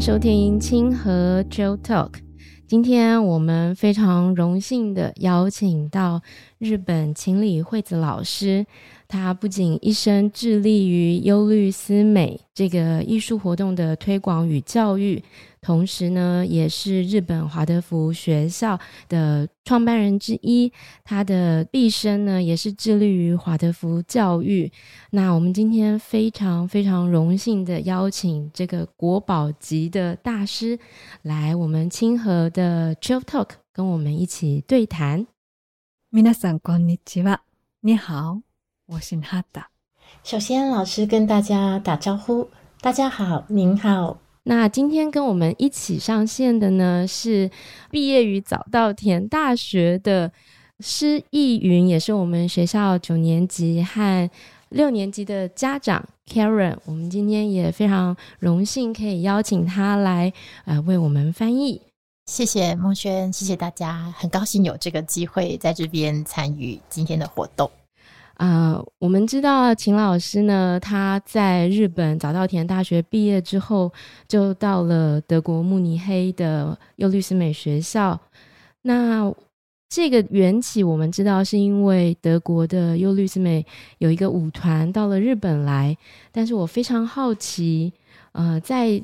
收听清河 Chill Talk。今天我们非常荣幸的邀请到日本琴里惠子老师，他不仅一生致力于优律思美这个艺术活动的推广与教育，同时呢也是日本华德福学校的创办人之一，他的毕生呢也是致力于华德福教育。那我们今天非常非常荣幸的邀请这个国宝级的大师来我们清河的 Chill Talk 跟我们一起对谈。 皆さんこんにちは。你好，我是哈达。 首先老师跟大家打招呼，大家好，您好。 那今天跟我们一起上线的呢是毕业于早稻田大学的施逸云，也是我们学校9年级和6年级的家长 Karen。 我们今天也非常荣幸可以邀请他来为我们翻译。 谢谢孟轩，谢谢大家，很高兴有这个机会在这边参与今天的活动。 我们知道秦老师呢，他在日本早稻田大学毕业之后就到了德国慕尼黑的优律思美学校。那这个缘起我们知道是因为德国的优律思美有一个舞团到了日本来，但是我非常好奇在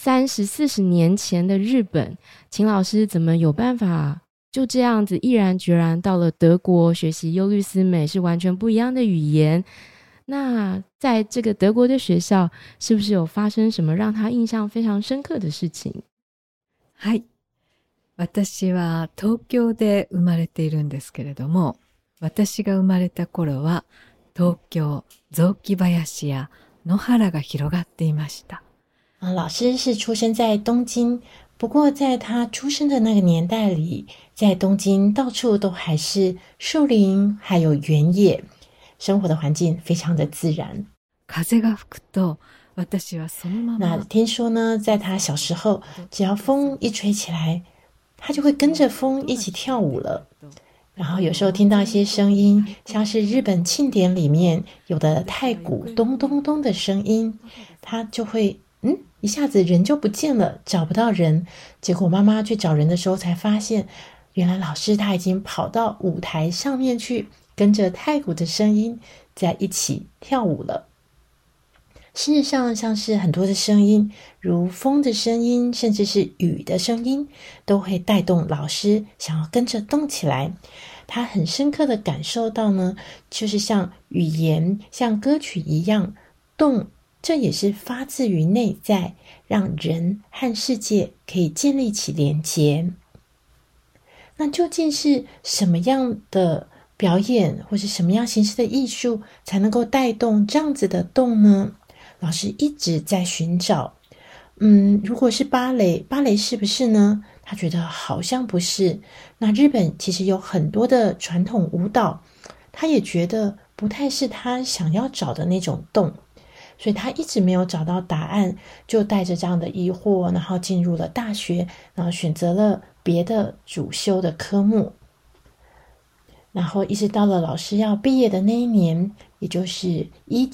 30-40年前的日本，秦老师怎么有办法就这样子毅然决然到了德国学习优律思美，是完全不一样的语言。那在这个德国的学校是不是有发生什么让他印象非常深刻的事情？ はい、私は東京で生まれているんですけれども、私が生まれた頃は東京雑木林や野原が広がっていました。 老师是出生在东京，不过在他出生的那个年代里，在东京到处都还是树林还有原野，生活的环境非常的自然。 風が吹くと私はそのまま。 那听说呢，在他小时候，只要风一吹起来，他就会跟着风一起跳舞了。然后有时候听到一些声音，像是日本庆典里面有的太鼓咚咚咚的声音，他就会一下子人就不见了，找不到人。结果妈妈去找人的时候才发现，原来老师他已经跑到舞台上面去，跟着太鼓的声音在一起跳舞了。事实上，像是很多的声音，如风的声音，甚至是雨的声音，都会带动老师想要跟着动起来。他很深刻的感受到呢，就是像语言像歌曲一样动，这也是发自于内在，让人和世界可以建立起连结。那究竟是什么样的表演或是什么样形式的艺术才能够带动这样子的动呢？老师一直在寻找。如果是芭蕾是不是呢？他觉得好像不是。那日本其实有很多的传统舞蹈，他也觉得不太是他想要找的那种动，所以他一直没有找到答案，就带着这样的疑惑，然后进入了大学，然后选择了别的主修的科目。然后一直到了老师要毕业的那一年，也就是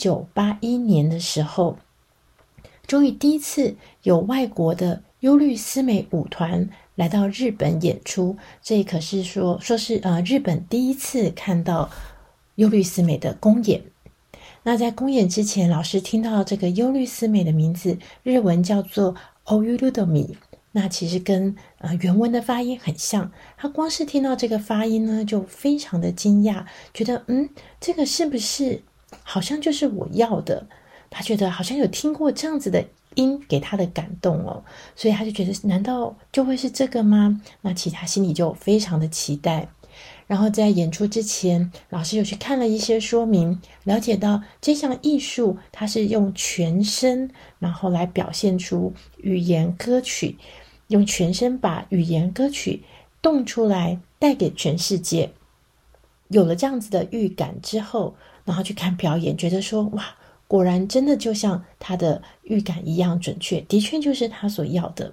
1981年的时候，终于第一次有外国的优律思美舞团来到日本演出。这可是说是日本第一次看到优律思美的公演。那在公演之前，老师听到这个优律思美的名字，日文叫做 Oyurudomi， 那其实跟原文的发音很像。他光是听到这个发音呢，就非常的惊讶，觉得这个是不是好像就是我要的？他觉得好像有听过这样子的音，给他的感动哦，所以他就觉得难道就会是这个吗？那其实他心里就非常的期待。然后在演出之前，老师有去看了一些说明，了解到这项艺术它是用全身然后来表现出语言歌曲，用全身把语言歌曲动出来带给全世界。有了这样子的预感之后，然后去看表演，觉得说哇，果然真的就像他的预感一样准确，的确就是他所要的。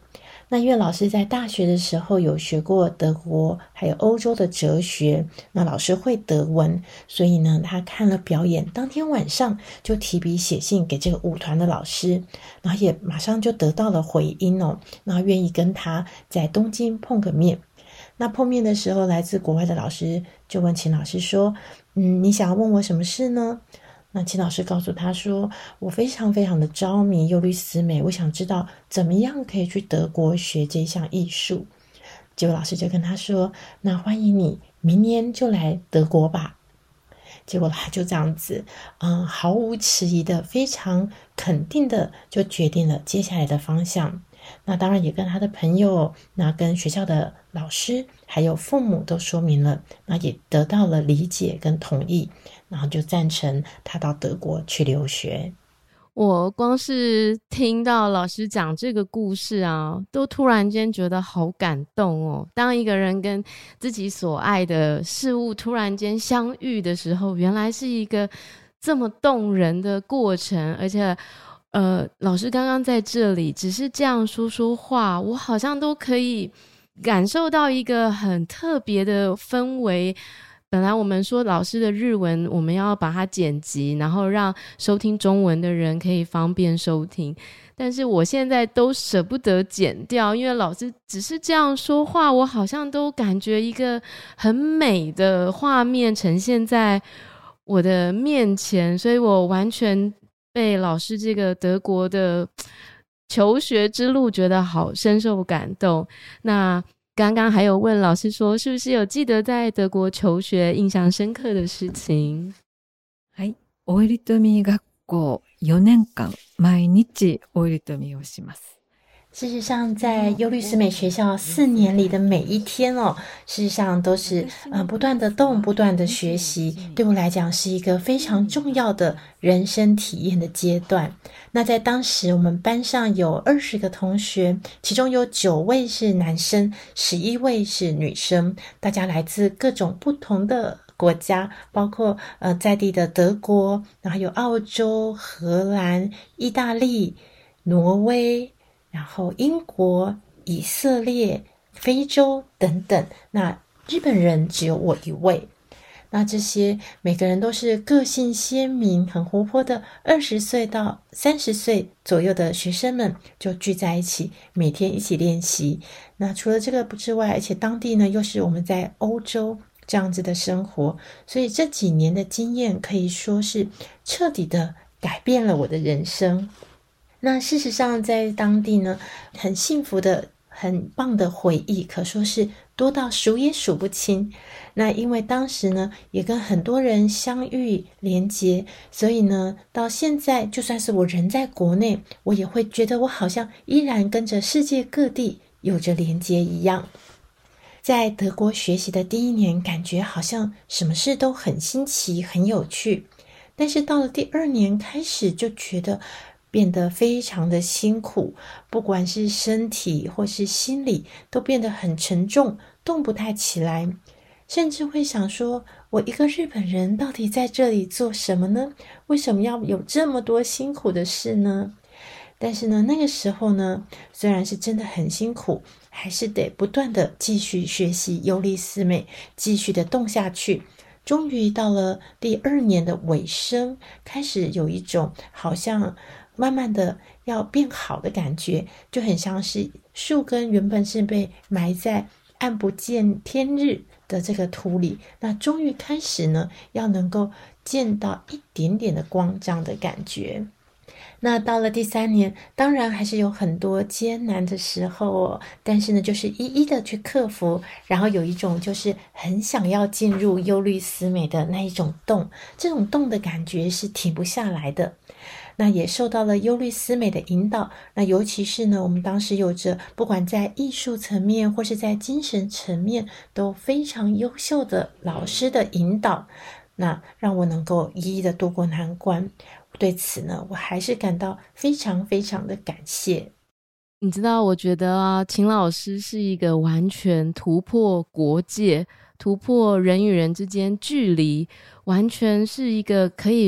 那因为老师在大学的时候有学过德国还有欧洲的哲学，那老师会德文，所以呢他看了表演，当天晚上就提笔写信给这个舞团的老师，然后也马上就得到了回音哦，然后愿意跟他在东京碰个面。那碰面的时候，来自国外的老师就问秦老师说，你想要问我什么事呢？那秦老师告诉他说，我非常非常的着迷尤利斯美，我想知道怎么样可以去德国学这项艺术。结果老师就跟他说，那欢迎你明年就来德国吧。结果他就这样子毫无迟疑的非常肯定的就决定了接下来的方向。那当然也跟他的朋友，那跟学校的老师还有父母都说明了，那也得到了理解跟同意，然后就赞成他到德国去留学。 我光是听到老师讲这个故事啊，都突然间觉得好感动哦。当一个人跟自己所爱的事物突然间相遇的时候，原来是一个这么动人的过程，而且老师刚刚在这里只是这样说说话，我好像都可以感受到一个很特别的氛围。本来我们说老师的日文我们要把它剪辑，然后让收听中文的人可以方便收听，但是我现在都舍不得剪掉，因为老师只是这样说话，我好像都感觉一个很美的画面呈现在我的面前，所以我完全被老师这个德国的求学之路觉得好深受感动。那刚刚还有问老师说，是不是有記得在德国求学印象深刻的事情？ はい、オイリトミ学校4年間毎日オイリトミをします。 事实上在优律思美学校4年里的每一天哦，事实上都是不断的动，不断的学习，对我来讲是一个非常重要的人生体验的阶段。那在当时我们班上有20个同学，其中有9位是男生，11位是女生，大家来自各种不同的国家，包括在地的德国，然后有澳洲、荷兰、意大利、挪威，然后英国、以色列、非洲等等，那日本人只有我一位。那这些每个人都是个性鲜明、很活泼的20岁到30岁左右的学生们，就聚在一起，每天一起练习。那除了这个之外，而且当地呢又是我们在欧洲这样子的生活，所以这几年的经验可以说是彻底的改变了我的人生。那事实上在当地呢，很幸福的很棒的回忆可说是多到数也数不清。那因为当时呢也跟很多人相遇连结，所以呢到现在就算是我人在国内，我也会觉得我好像依然跟着世界各地有着连结一样。在德国学习的第1年，感觉好像什么事都很新奇很有趣，但是到了第2年开始就觉得变得非常的辛苦，不管是身体或是心理都变得很沉重，动不太起来，甚至会想说，我一个日本人到底在这里做什么呢？为什么要有这么多辛苦的事呢？但是呢，那个时候呢，虽然是真的很辛苦，还是得不断的继续学习尤利思美，继续的动下去。终于到了第2年的尾声，开始有一种好像慢慢的要变好的感觉，就很像是树根原本是被埋在暗不见天日的这个土里，那终于开始呢，要能够见到一点点的光，这样的感觉。那到了第3年，当然还是有很多艰难的时候哦，但是呢，就是一一的去克服，然后有一种就是很想要进入优律思美的那一种动，这种动的感觉是停不下来的。那也受到了优律思美的引导，那尤其是呢，我们当时有着不管在艺术层面或是在精神层面都非常优秀的老师的引导，那让我能够一一的度过难关。对此呢，我还是感到非常非常的感谢。 你知道，我觉得啊，秦老师是一个完全突破国界、突破人与人之间距离，完全是一个可以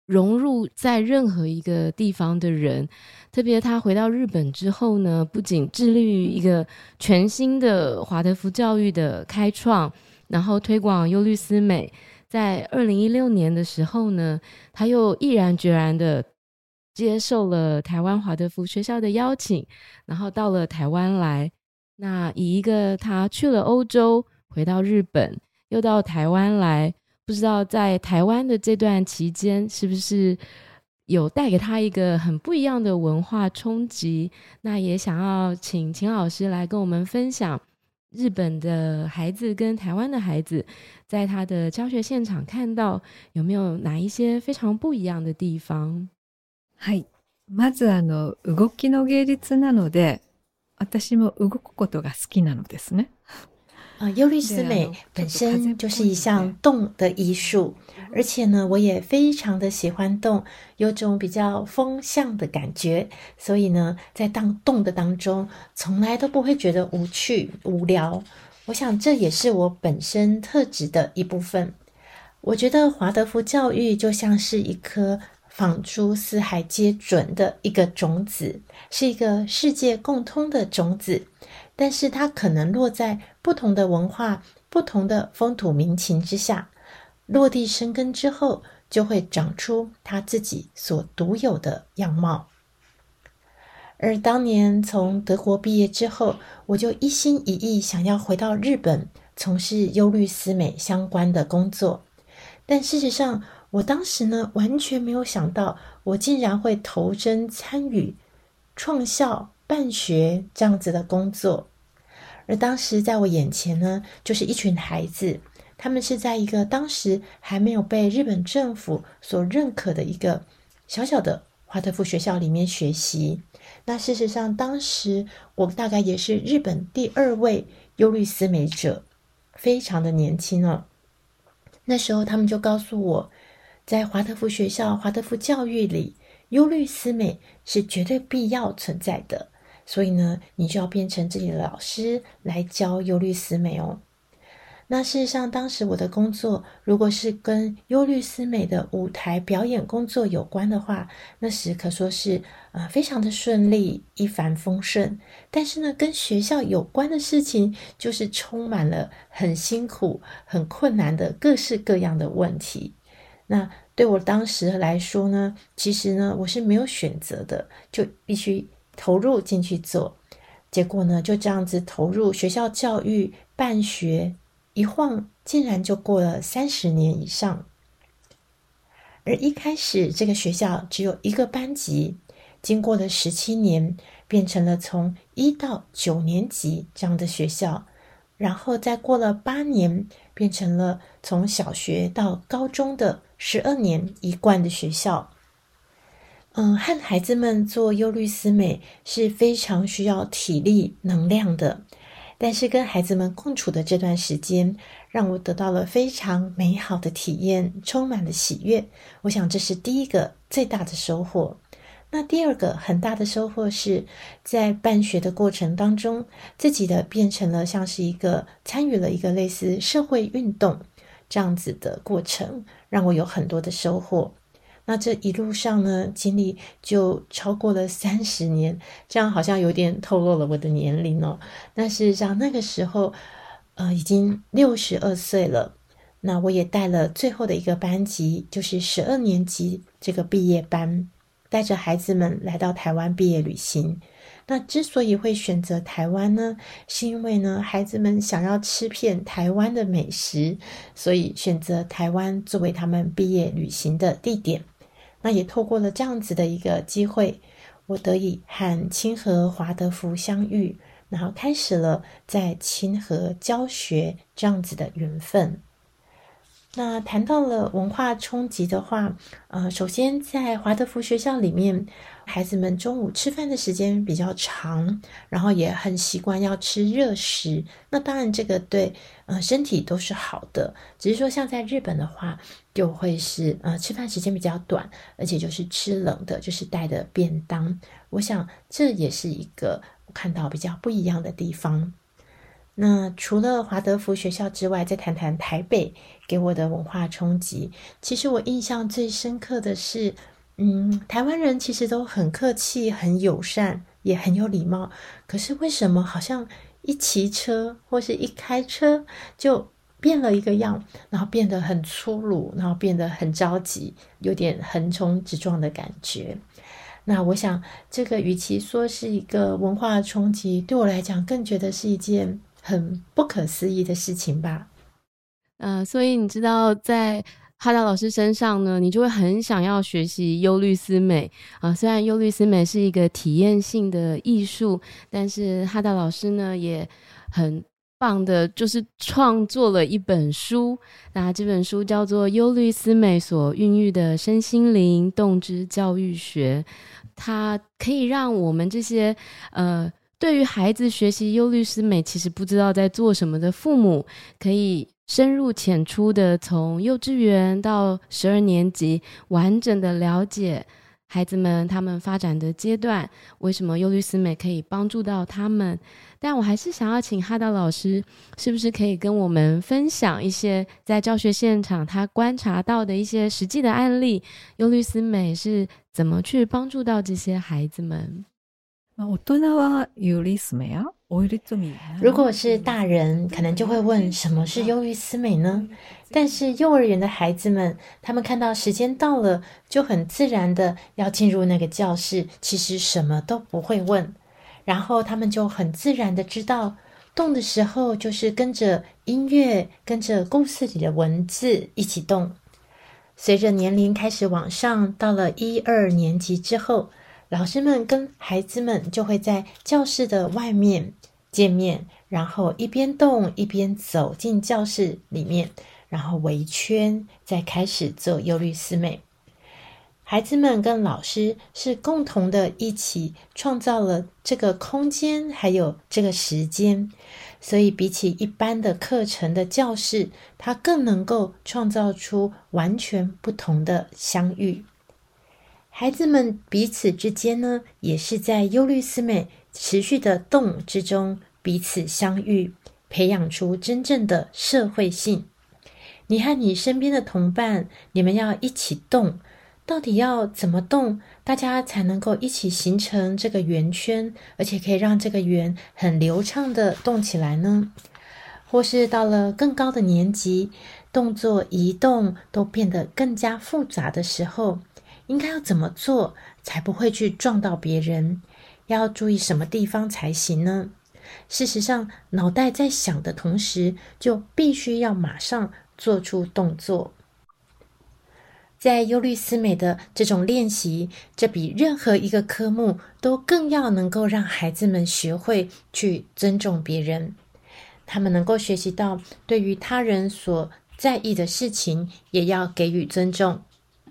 融入在任何一个地方的人。特别他回到日本之后呢，不仅致力于一个全新的华德福教育的开创，然后推广优律思美，在2016年的时候呢，他又毅然决然的接受了台湾华德福学校的邀请，然后到了台湾来。那以一个他去了欧洲，回到日本，又到台湾来，不知道在台湾的这段期间是不是有带给他一个很不一样的文化冲击。那也想要请秦老师来跟我们分享日本的孩子跟台湾的孩子在他的教学现场看到有没有哪一些非常不一样的地方。 はい。まず動きの芸術なので、私も動くことが好きなのですね。 优律思美本身就是一项动的艺术，而且呢，我也非常的喜欢动，有种比较风向的感觉，所以呢，在动的当中，从来都不会觉得无趣无聊。我想这也是我本身特质的一部分。我觉得华德福教育就像是一颗放诸四海皆准的一个种子，是一个世界共通的种子，但是它可能落在不同的文化、不同的风土民情之下，落地生根之后，就会长出它自己所独有的样貌。而当年从德国毕业之后，我就一心一意想要回到日本，从事优律思美相关的工作。但事实上，我当时呢，完全没有想到，我竟然会投身参与创校办学这样子的工作。而当时在我眼前呢，就是一群孩子，他们是在一个当时还没有被日本政府所认可的一个小小的华德福学校里面学习。那事实上，当时我大概也是日本第2位优律思美者，非常的年轻哦。那时候他们就告诉我，在华德福学校、华德福教育里，优律思美是绝对必要存在的。所以呢，你就要变成这里的老师来教优律思美哦。那事实上，当时我的工作如果是跟优律思美的舞台表演工作有关的话，那时可说是非常的顺利，一帆风顺。但是呢，跟学校有关的事情，就是充满了很辛苦、很困难的各式各样的问题。那对我当时来说呢，其实呢，我是没有选择的，就必须投入进去做。结果呢，就这样子投入学校教育办学，一晃竟然就过了30年以上。而一开始这个学校只有1个班级，经过了17年，变成了从1到9年级这样的学校，然后再过了8年，变成了从小学到高中的12年一贯的学校。和孩子们做优律思美是非常需要体力能量的，但是跟孩子们共处的这段时间，让我得到了非常美好的体验，充满了喜悦。我想这是第一个最大的收获。那第二个很大的收获是在办学的过程当中，自己的变成了像是参与了一个类似社会运动这样子的过程，让我有很多的收获。那这一路上呢，经历就超过了30年，这样好像有点透露了我的年龄哦。那事实上那个时候已经62岁了。那我也带了最后的一个班级，就是12年级这个毕业班，带着孩子们来到台湾毕业旅行。那之所以会选择台湾呢，是因为呢，孩子们想要吃遍台湾的美食，所以选择台湾作为他们毕业旅行的地点。那也透过了这样子的一个机会，我得以和清河华德福相遇，然后开始了在清河教学这样子的缘分。那谈到了文化冲击的话，首先在华德福学校里面，孩子们中午吃饭的时间比较长，然后也很习惯要吃热食。那当然这个对身体都是好的，只是说像在日本的话，就会是吃饭时间比较短，而且就是吃冷的，就是带的便当。我想这也是一个我看到比较不一样的地方。 那除了华德福学校之外，再谈谈台北给我的文化冲击。其实我印象最深刻的是，台湾人其实都很客气、很友善，也很有礼貌。可是为什么好像一骑车或是一开车就变了一个样，然后变得很粗鲁，然后变得很着急，有点横冲直撞的感觉。那我想这个与其说是一个文化冲击，对我来讲更觉得是一件很不可思议的事情吧。 所以你知道在哈达老师身上呢，你就会很想要学习优律思美虽然优律思美是一个体验性的艺术，但是哈达老师呢也很棒的就是创作了一本书，那这本书叫做《优律思美所孕育的身心灵动知教育学》，它可以让我们这些对于孩子学习优律思美其实不知道在做什么的父母，可以深入浅出的从幼稚园到12年级完整的了解孩子们他们发展的阶段，为什么优律思美可以帮助到他们。但我还是想要请哈达老师是不是可以跟我们分享一些在教学现场他观察到的一些实际的案例，优律思美是怎么去帮助到这些孩子们。 大人は優律思美やオイルツミ。 如果是大人可能就会问什么是优律思美呢？但是幼儿园的孩子们，他们看到时间到了就很自然的要进入那个教室，其实什么都不会问，然后他们就很自然的知道动的时候就是跟着音乐，跟着故事里的文字一起动。随着年龄开始往上，到了1、2年级之后，老师们跟孩子们就会在教室的外面见面，然后一边动一边走进教室里面，然后围圈，再开始做优律思美。孩子们跟老师是共同的一起创造了这个空间还有这个时间，所以比起一般的课程的教室，它更能够创造出完全不同的相遇。孩子们彼此之间呢，也是在优律思美持续的动之中彼此相遇，培养出真正的社会性。你和你身边的同伴，你们要一起动，到底要怎么动，大家才能够一起形成这个圆圈，而且可以让这个圆很流畅的动起来呢？或是到了更高的年级，动作移动都变得更加复杂的时候，应该要怎么做才不会去撞到别人？要注意什么地方才行呢？事实上，脑袋在想的同时，就必须要马上做出动作。在优律思美的这种练习，这比任何一个科目都更要能够让孩子们学会去尊重别人。他们能够学习到对于他人所在意的事情，也要给予尊重。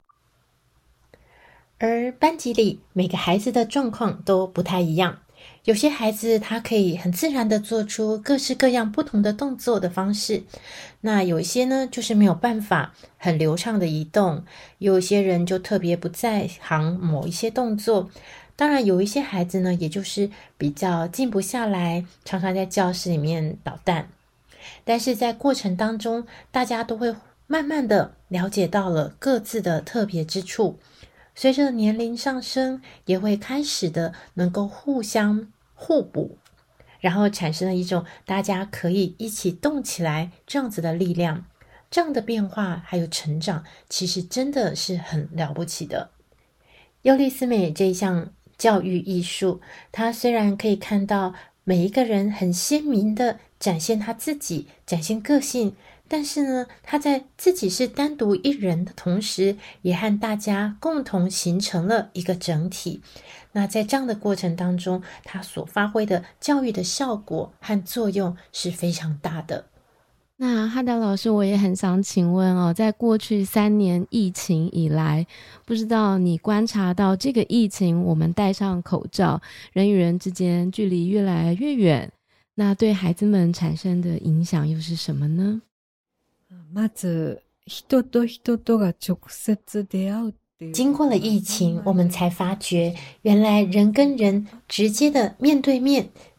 而班级里每个孩子的状况都不太一样，有些孩子他可以很自然的做出各式各样不同的动作的方式，那有一些呢就是没有办法很流畅的移动，有一些人就特别不在行某一些动作，当然有一些孩子呢也就是比较静不下来，常常在教室里面捣蛋。但是在过程当中，大家都会慢慢的了解到了各自的特别之处，随着年龄上升，也会开始的能够互相互补，然后产生了一种大家可以一起动起来这样子的力量。这样的变化还有成长，其实真的是很了不起的。优律思美这一项教育艺术，它虽然可以看到每一个人很鲜明的展现他自己，展现个性，但是呢，他在自己是单独一人的同时，也和大家共同形成了一个整体。那在这样的过程当中，他所发挥的教育的效果和作用是非常大的。 那哈达老师，我也很想请问哦，在过去3年疫情以来，不知道你观察到这个疫情，我们戴上口罩，人与人之间距离越来越远，那对孩子们产生的影响又是什么呢？ まず人と人とが直接出会うっていう。 经过了疫情，我们才发觉，原来人跟人直接的面对面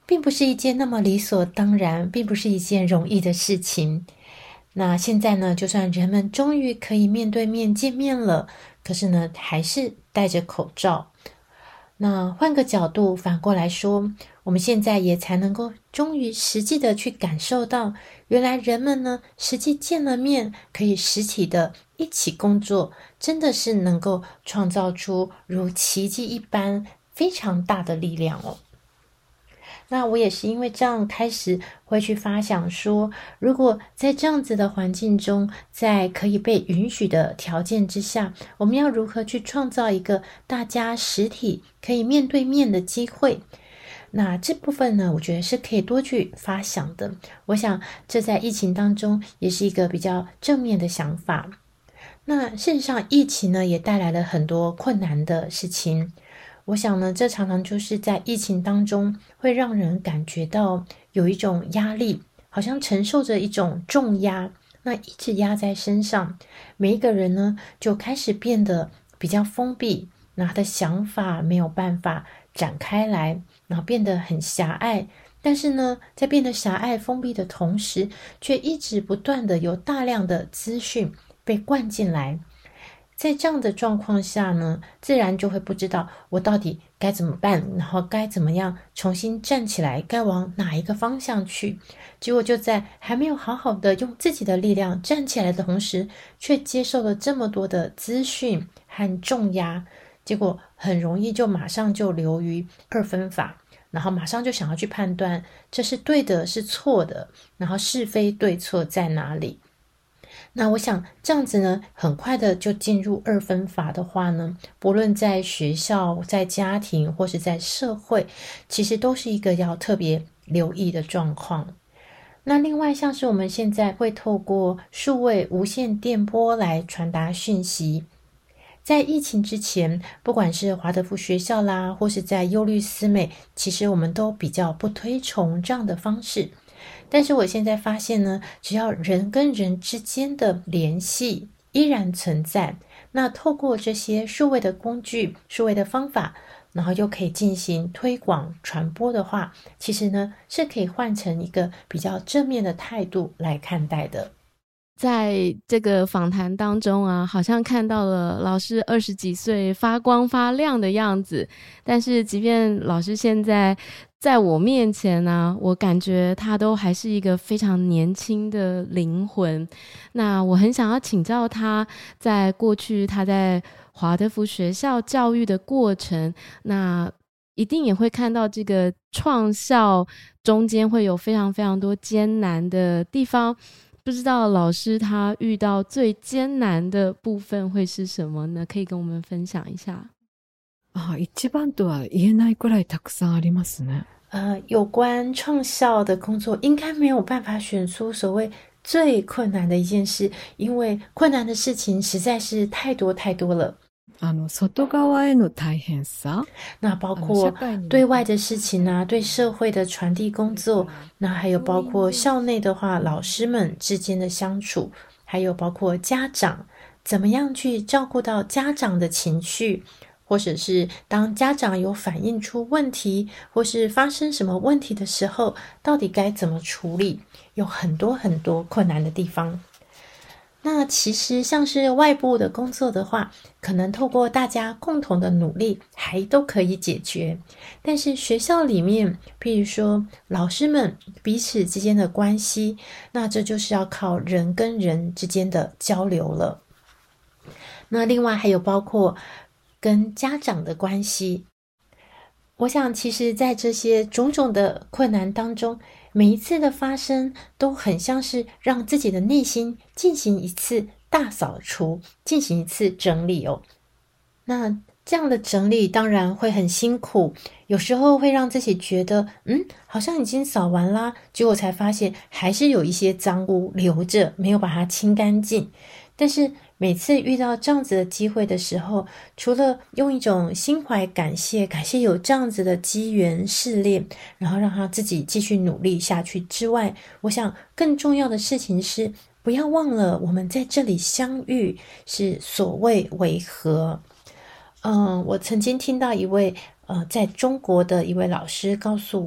并不是一件那么理所当然，并不是一件容易的事情。那现在呢，就算人们终于可以面对面见面了，可是呢，还是戴着口罩。那换个角度，反过来说，我们现在也才能够终于实际的去感受到，原来人们呢，实际见了面，可以实体的一起工作，真的是能够创造出如奇迹一般非常大的力量哦。那我也是因为这样开始会去发想说，如果在这样子的环境中，在可以被允许的条件之下，我们要如何去创造一个大家实体可以面对面的机会？那这部分呢，我觉得是可以多去发想的。我想这在疫情当中也是一个比较正面的想法。那事实上，疫情呢也带来了很多困难的事情。我想呢，这常常就是在疫情当中会让人感觉到有一种压力，好像承受着一种重压，那一直压在身上。每一个人呢，就开始变得比较封闭，那他的想法没有办法展开来，然后变得很狭隘。但是呢，在变得狭隘封闭的同时，却一直不断的有大量的资讯被灌进来。在这样的状况下呢，自然就会不知道我到底该怎么办，然后该怎么样重新站起来，该往哪一个方向去。结果就在还没有好好的用自己的力量站起来的同时，却接受了这么多的资讯和重压，结果很容易就马上就流于二分法，然后马上就想要去判断这是对的是错的，然后是非对错在哪里。那我想这样子呢，很快的就进入二分法的话呢，不论在学校、在家庭或是在社会，其实都是一个要特别留意的状况。那另外像是我们现在会透过数位无线电波来传达讯息，在疫情之前，不管是华德福学校啦，或是在优律思美，其实我们都比较不推崇这样的方式。但是我现在发现呢，只要人跟人之间的联系依然存在，那透过这些数位的工具、数位的方法，然后又可以进行推广传播的话，其实呢是可以换成一个比较正面的态度来看待的。 在这个访谈当中啊，好像看到了老师20几岁发光发亮的样子，但是即便老师现在在我面前呢，我感觉他都还是一个非常年轻的灵魂。那我很想要请教他，在过去他在华德福学校教育的过程，那一定也会看到这个创校中间会有非常非常多艰难的地方。不知道老师他遇到最艰难的部分会是什么呢？可以跟我们分享一下。 一番とは言えないくらいたくさんありますね。 有关创校的工作，应该没有办法选出所谓最困难的一件事，因为困难的事情实在是太多太多了。 外側への大変さ， 那包括对外的事情啊，对社会的传递工作，那还有包括校内的话，老师们之间的相处，还有包括家长怎么样去照顾到家长的情绪，或者是当家长有反映出问题，或是发生什么问题的时候，到底该怎么处理，有很多很多困难的地方。那其实像是外部的工作的话，可能透过大家共同的努力还都可以解决，但是学校里面，譬如说老师们彼此之间的关系，那这就是要靠人跟人之间的交流了。那另外还有包括跟家长的关系，我想其实在这些种种的困难当中，每一次的发生都很像是让自己的内心进行一次大扫除，进行一次整理哦。那这样的整理当然会很辛苦，有时候会让自己觉得好像已经扫完啦，结果才发现还是有一些脏污留着，没有把它清干净。但是每次遇到这样子的机会的时候，除了用一种心怀感谢有这样子的机缘试炼，然后让他自己继续努力下去之外，我想更重要的事情是，不要忘了我们在这里相遇是所谓为何。我曾经听到一位在中国的一位老师告诉我，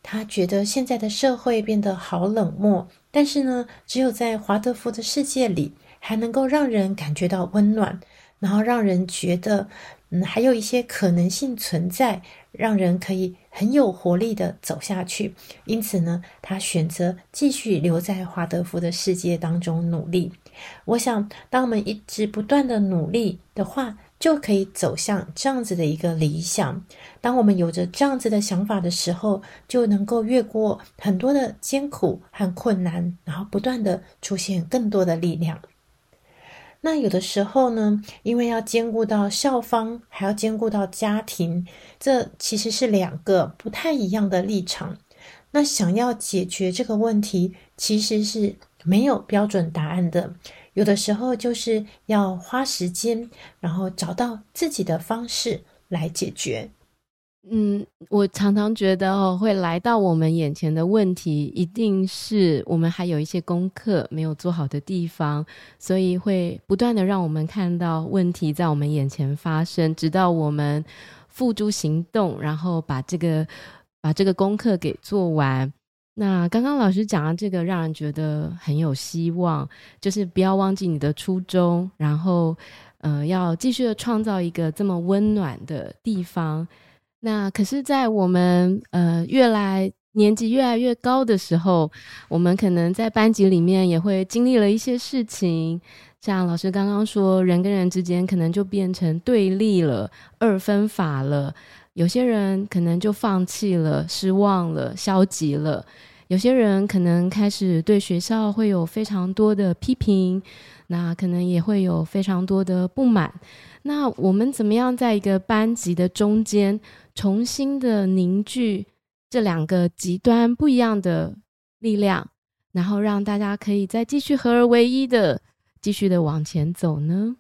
他觉得现在的社会变得好冷漠，但是呢，只有在华德福的世界里，还能够让人感觉到温暖，然后让人觉得还有一些可能性存在，让人可以很有活力的走下去。因此呢，他选择继续留在华德福的世界当中努力。我想当我们一直不断的努力的话，就可以走向这样子的一个理想。当我们有着这样子的想法的时候，就能够越过很多的艰苦和困难，然后不断的出现更多的力量。那有的时候呢，因为要兼顾到校方，还要兼顾到家庭，这其实是两个不太一样的立场。那想要解决这个问题，其实是没有标准答案的。有的时候就是要花时间，然后找到自己的方式来解决。 我常常觉得会来到我们眼前的问题，一定是我们还有一些功课没有做好的地方，所以会不断的让我们看到问题在我们眼前发生，直到我们付诸行动，然后把这个功课给做完。那刚刚老师讲的这个让人觉得很有希望，就是不要忘记你的初衷，然后要继续的创造一个这么温暖的地方。那可是在我们年纪越来越高的时候，我们可能在班级里面也会经历了一些事情，像老师刚刚说，人跟人之间可能就变成对立了，二分法了，有些人可能就放弃了，失望了，消极了，有些人可能开始对学校会有非常多的批评，那可能也会有非常多的不满。那我们怎么样在一个班级的中间重新的凝聚这两个极端不一样的力量，然后让大家可以再继续合而为一的继续的往前走呢？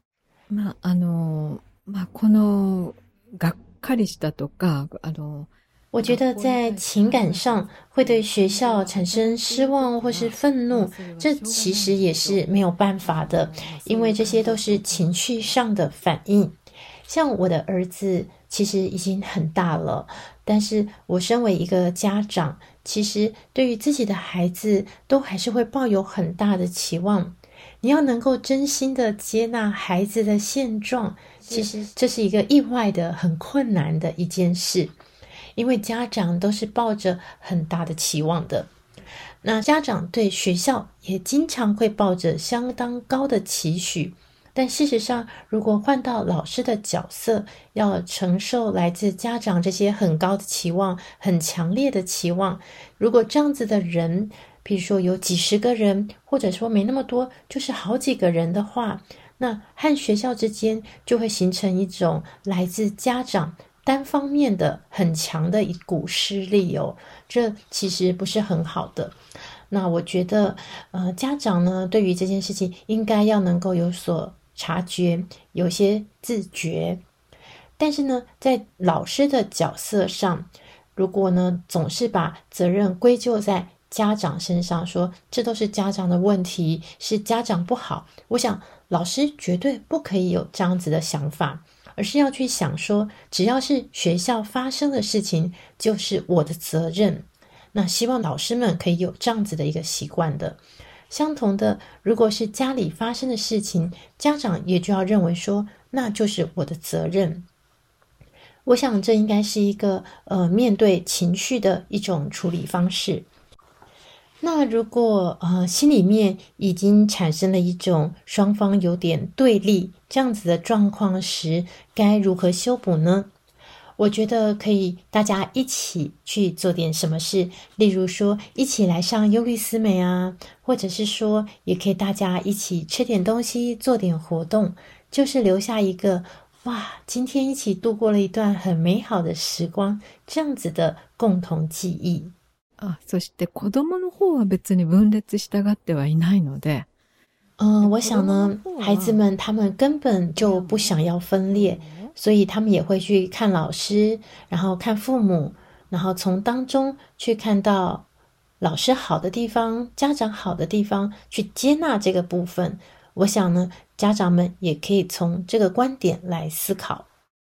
このがっかりしたとか我觉得在情感上会对学校产生失望或是愤怒，这其实也是没有办法的，因为这些都是情绪上的反应。像我的儿子其实已经很大了，但是我身为一个家长，其实对于自己的孩子都还是会抱有很大的期望。你要能够真心的接纳孩子的现状，其实这是一个意外的很困难的一件事，因为家长都是抱着很大的期望的。那家长对学校也经常会抱着相当高的期许，但事实上如果换到老师的角色，要承受来自家长这些很高的期望，很强烈的期望，如果这样子的人，比如说有几十个人，或者说没那么多，就是好几个人的话，那和学校之间就会形成一种来自家长单方面的很强的一股势力哦，这其实不是很好的。那我觉得家长呢对于这件事情应该要能够有所察觉，有些自觉。但是呢在老师的角色上，如果呢总是把责任归咎在家长身上，说这都是家长的问题，是家长不好，我想老师绝对不可以有这样子的想法，而是要去想说，只要是学校发生的事情就是我的责任。那希望老师们可以有这样子的一个习惯的。相同的，如果是家里发生的事情，家长也就要认为说那就是我的责任。我想这应该是一个面对情绪的一种处理方式。那如果心里面已经产生了一种双方有点对立这样子的状况时，该如何修补呢？我觉得可以大家一起去做点什么事，例如说一起来上优律思美啊，或者是说也可以大家一起吃点东西，做点活动，就是留下一个哇，今天一起度过了一段很美好的时光，这样子的共同记忆。 そして子供の方は別に分裂したがってはいないので、 我想呢，孩子们他们根本就不想要分裂，所以他们也会去看老师，然后看父母，然后从当中去看到老师好的地方，家长好的地方，去接纳这个部分。我想呢，家长们也可以从这个观点来思考。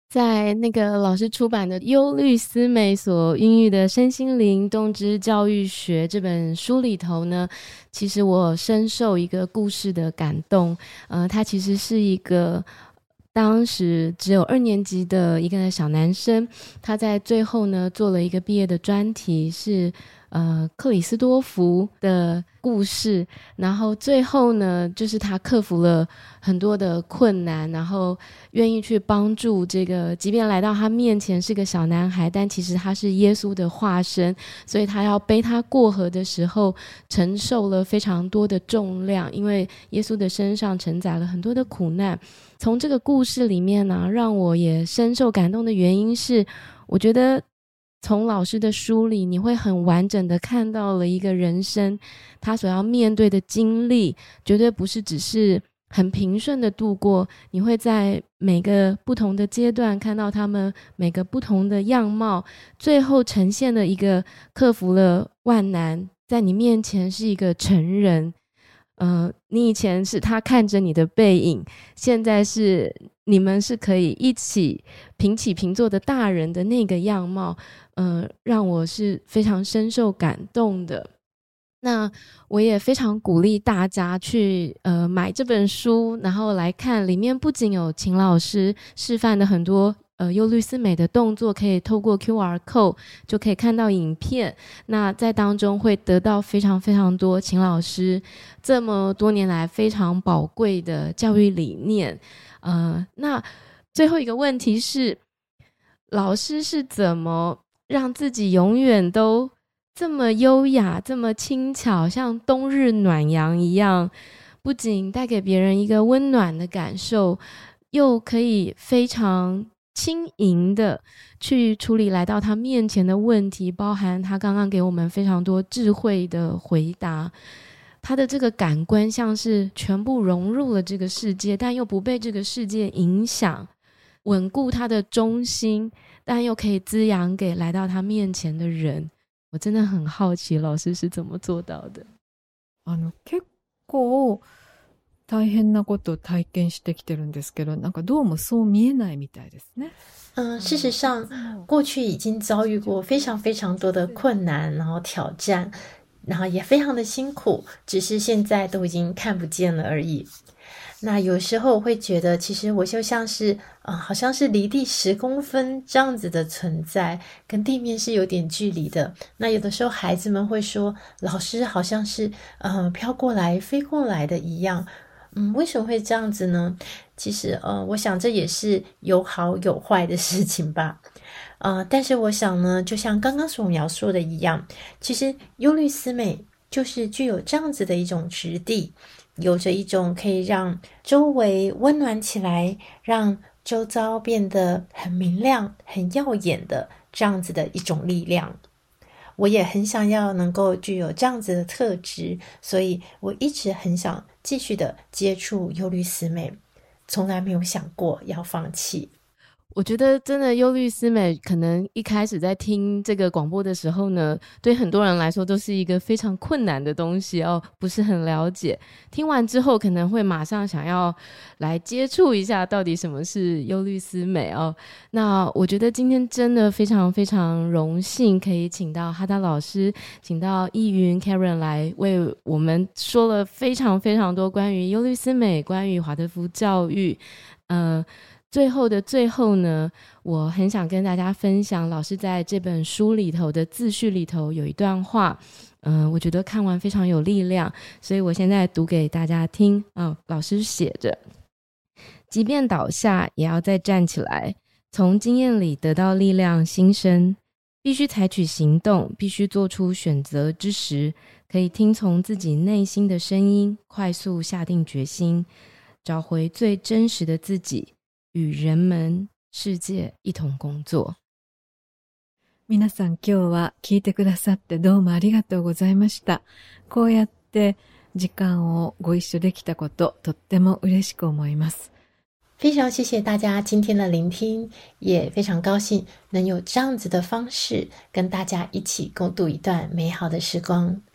在那个老师出版的优律思美所孕育的身心灵动知教育学这本书里头呢，其实我深受一个故事的感动。他其实是一个当时只有2年级的一个小男生，他在最后呢做了一个毕业的专题，是克里斯多福的故事，然后最后呢就是他克服了很多的困难，然后愿意去帮助这个即便来到他面前是个小男孩，但其实他是耶稣的化身，所以他要背他过河的时候承受了非常多的重量，因为耶稣的身上承载了很多的苦难。从这个故事里面呢，让我也深受感动的原因是，我觉得从老师的书里你会很完整的看到了一个人生他所要面对的经历，绝对不是只是很平顺的度过，你会在每个不同的阶段看到他们每个不同的样貌，最后呈现了一个克服了万难，在你面前是一个成人。你以前是他看着你的背影，现在是你们是可以一起平起平坐的大人的那个样貌，让我是非常深受感动的。那我也非常鼓励大家去买这本书，然后来看，里面不仅有秦老师示范的很多优律思美的动作，可以透过 QR code 就可以看到影片，那在当中会得到非常非常多秦老师这么多年来非常宝贵的教育理念。那最后一个问题是，老师是怎么让自己永远都这么优雅这么轻巧，像冬日暖阳一样，不仅带给别人一个温暖的感受，又可以非常轻盈的去处理来到他面前的问题，包含他刚刚给我们非常多智慧的回答。他的这个感官像是全部融入了这个世界，但又不被这个世界影响，稳固他的中心，但又可以滋养给来到他面前的人。我真的很好奇老師是怎么做到的。 結構大変なことを体験してきてるんですけど、なんかどうもそう見えないみたいですね。 事实上过去已经遭遇过非常非常多的困难，然后挑战，然后也非常的辛苦，只是现在都已经看不见了而已。那有时候我会觉得，其实我就像是好像是离地10公分这样子的存在，跟地面是有点距离的。那有的时候孩子们会说，老师好像是飘过来飞过来的一样。为什么会这样子呢？其实我想这也是有好有坏的事情吧。但是我想呢，就像刚刚所描述的一样，其实优律思美就是具有这样子的一种质地，有着一种可以让周围温暖起来，让周遭变得很明亮很耀眼的这样子的一种力量。我也很想要能够具有这样子的特质，所以我一直很想继续的接触优律思美，从来没有想过要放弃。 我觉得真的优律思美可能一开始在听这个广播的时候呢，对很多人来说都是一个非常困难的东西不是很了解。听完之后可能会马上想要来接触一下到底什么是优律思美那我觉得今天真的非常非常荣幸可以请到哈达老师，请到易云 Karen 来为我们说了非常非常多关于优律思美，关于华德福教育。最后的最后呢，我很想跟大家分享老师在这本书里头的自序里头有一段话，我觉得看完非常有力量，所以我现在读给大家听。老师写着，即便倒下也要再站起来，从经验里得到力量新生，必须采取行动，必须做出选择之时，可以听从自己内心的声音，快速下定决心，找回最真实的自己，与人们世界一同工作。 皆さん今日は聞いてくださってどうもありがとうございました。こうやって時間をご一緒できたこと、とっても嬉しく思います。 非常谢谢大家今天的聆听，也非常高兴能有这样子的方式跟大家一起共度一段美好的时光。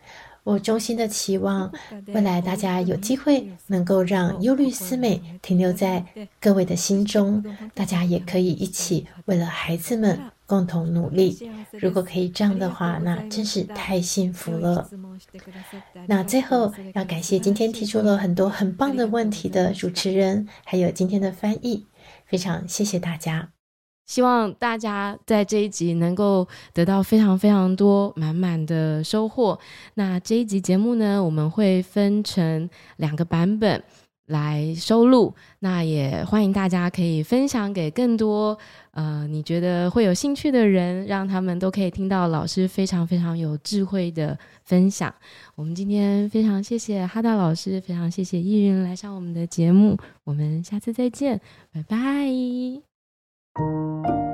我衷心的期望未来大家有机会能够让忧虑思美停留在各位的心中，大家也可以一起为了孩子们共同努力。如果可以这样的话，那真是太幸福了。那最后要感谢今天提出了很多很棒的问题的主持人，还有今天的翻译，非常谢谢大家。 希望大家在这一集能够得到非常非常多满满的收获。那这一集节目呢，我们会分成2个版本来收录，那也欢迎大家可以分享给更多你觉得会有兴趣的人，让他们都可以听到老师非常非常有智慧的分享。我们今天非常谢谢哈达老师，非常谢谢依云来上我们的节目，我们下次再见，拜拜。